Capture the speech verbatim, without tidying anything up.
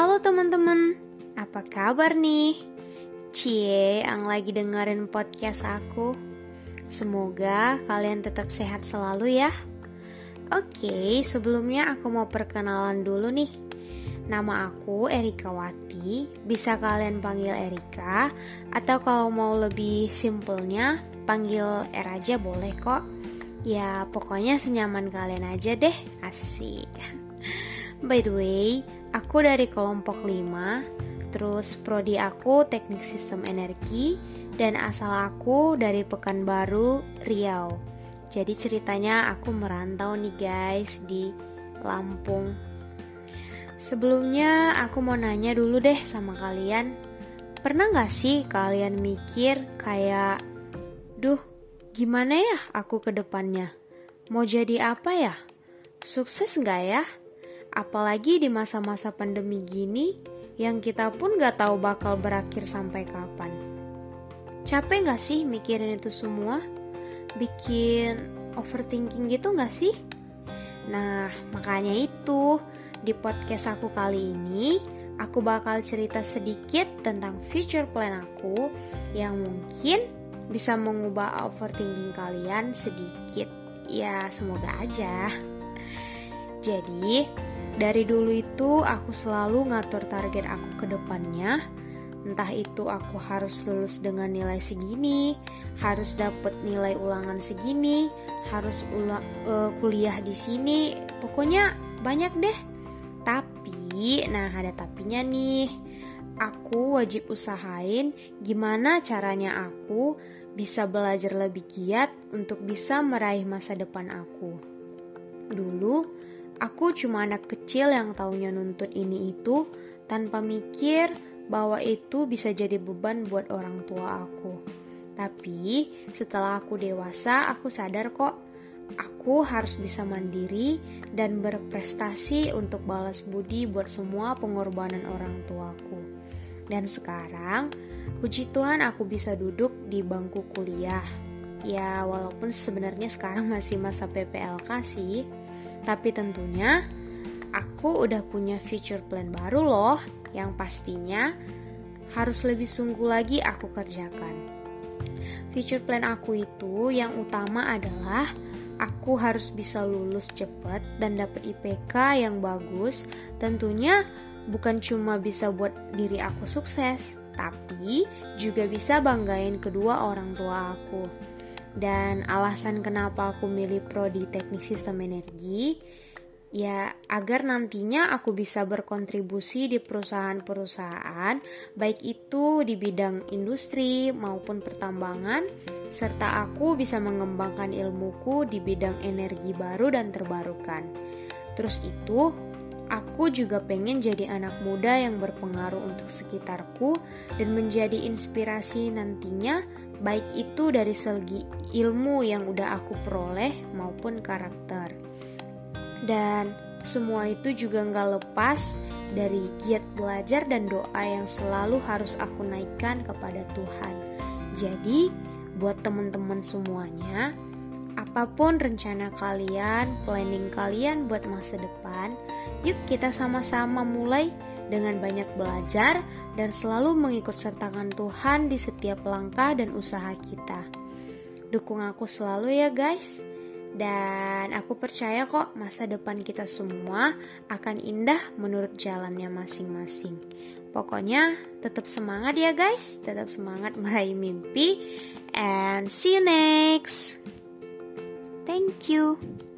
Halo teman-teman, apa kabar nih? Cie yang lagi dengerin podcast aku. Semoga kalian tetap sehat selalu ya. Oke, sebelumnya aku mau perkenalan dulu nih. Nama aku Erika Wati, bisa kalian panggil Erika, atau kalau mau lebih simpelnya panggil Er aja boleh kok. Ya pokoknya senyaman kalian aja deh, asik. By the way, aku dari kelompok lima, terus prodi aku Teknik Sistem Energi, dan asal aku dari Pekanbaru, Riau. Jadi ceritanya aku merantau nih guys di Lampung. Sebelumnya aku mau nanya dulu deh sama kalian, pernah gak sih kalian mikir kayak, duh gimana ya aku ke depannya? Mau jadi apa ya? Sukses gak ya? Apalagi di masa-masa pandemi gini, yang kita pun gak tahu bakal berakhir sampai kapan. Capek gak sih mikirin itu semua? Bikin overthinking gitu gak sih? Nah, makanya itu, di podcast aku kali ini, aku bakal cerita sedikit tentang future plan aku yang mungkin bisa mengubah overthinking kalian sedikit. Ya, semoga aja. Jadi, dari dulu itu aku selalu ngatur target aku ke depannya. Entah itu aku harus lulus dengan nilai segini, harus dapat nilai ulangan segini, harus ula- uh, kuliah di sini, pokoknya banyak deh. Tapi, nah ada tapinya nih. Aku wajib usahain gimana caranya aku bisa belajar lebih giat untuk bisa meraih masa depan aku. Dulu aku cuma anak kecil yang taunya nuntut ini itu tanpa mikir bahwa itu bisa jadi beban buat orang tua aku. Tapi setelah aku dewasa, aku sadar kok aku harus bisa mandiri dan berprestasi untuk balas budi buat semua pengorbanan orang tuaku. Dan sekarang, puji Tuhan aku bisa duduk di bangku kuliah. Ya walaupun sebenarnya sekarang masih masa P P L K sih. Tapi tentunya aku udah punya future plan baru loh, yang pastinya harus lebih sungguh lagi aku kerjakan. Future plan aku itu yang utama adalah aku harus bisa lulus cepat dan dapat I P K yang bagus. Tentunya bukan cuma bisa buat diri aku sukses, tapi juga bisa banggain kedua orang tua aku. Dan alasan kenapa aku milih prodi Teknik Sistem Energi, ya agar nantinya aku bisa berkontribusi di perusahaan-perusahaan, baik itu di bidang industri maupun pertambangan, serta aku bisa mengembangkan ilmuku di bidang energi baru dan terbarukan. Terus itu, aku juga pengen jadi anak muda yang berpengaruh untuk sekitarku dan menjadi inspirasi nantinya, baik itu dari segi ilmu yang udah aku peroleh maupun karakter. Dan semua itu juga gak lepas dari giat belajar dan doa yang selalu harus aku naikkan kepada Tuhan. Jadi buat teman-teman semuanya, apapun rencana kalian, planning kalian buat masa depan, yuk kita sama-sama mulai dengan banyak belajar dan selalu mengikut sertakan Tuhan di setiap langkah dan usaha kita. Dukung aku selalu ya guys. Dan aku percaya kok masa depan kita semua akan indah menurut jalannya masing-masing. Pokoknya tetap semangat ya guys, tetap semangat meraih mimpi. And see you next. Thank you.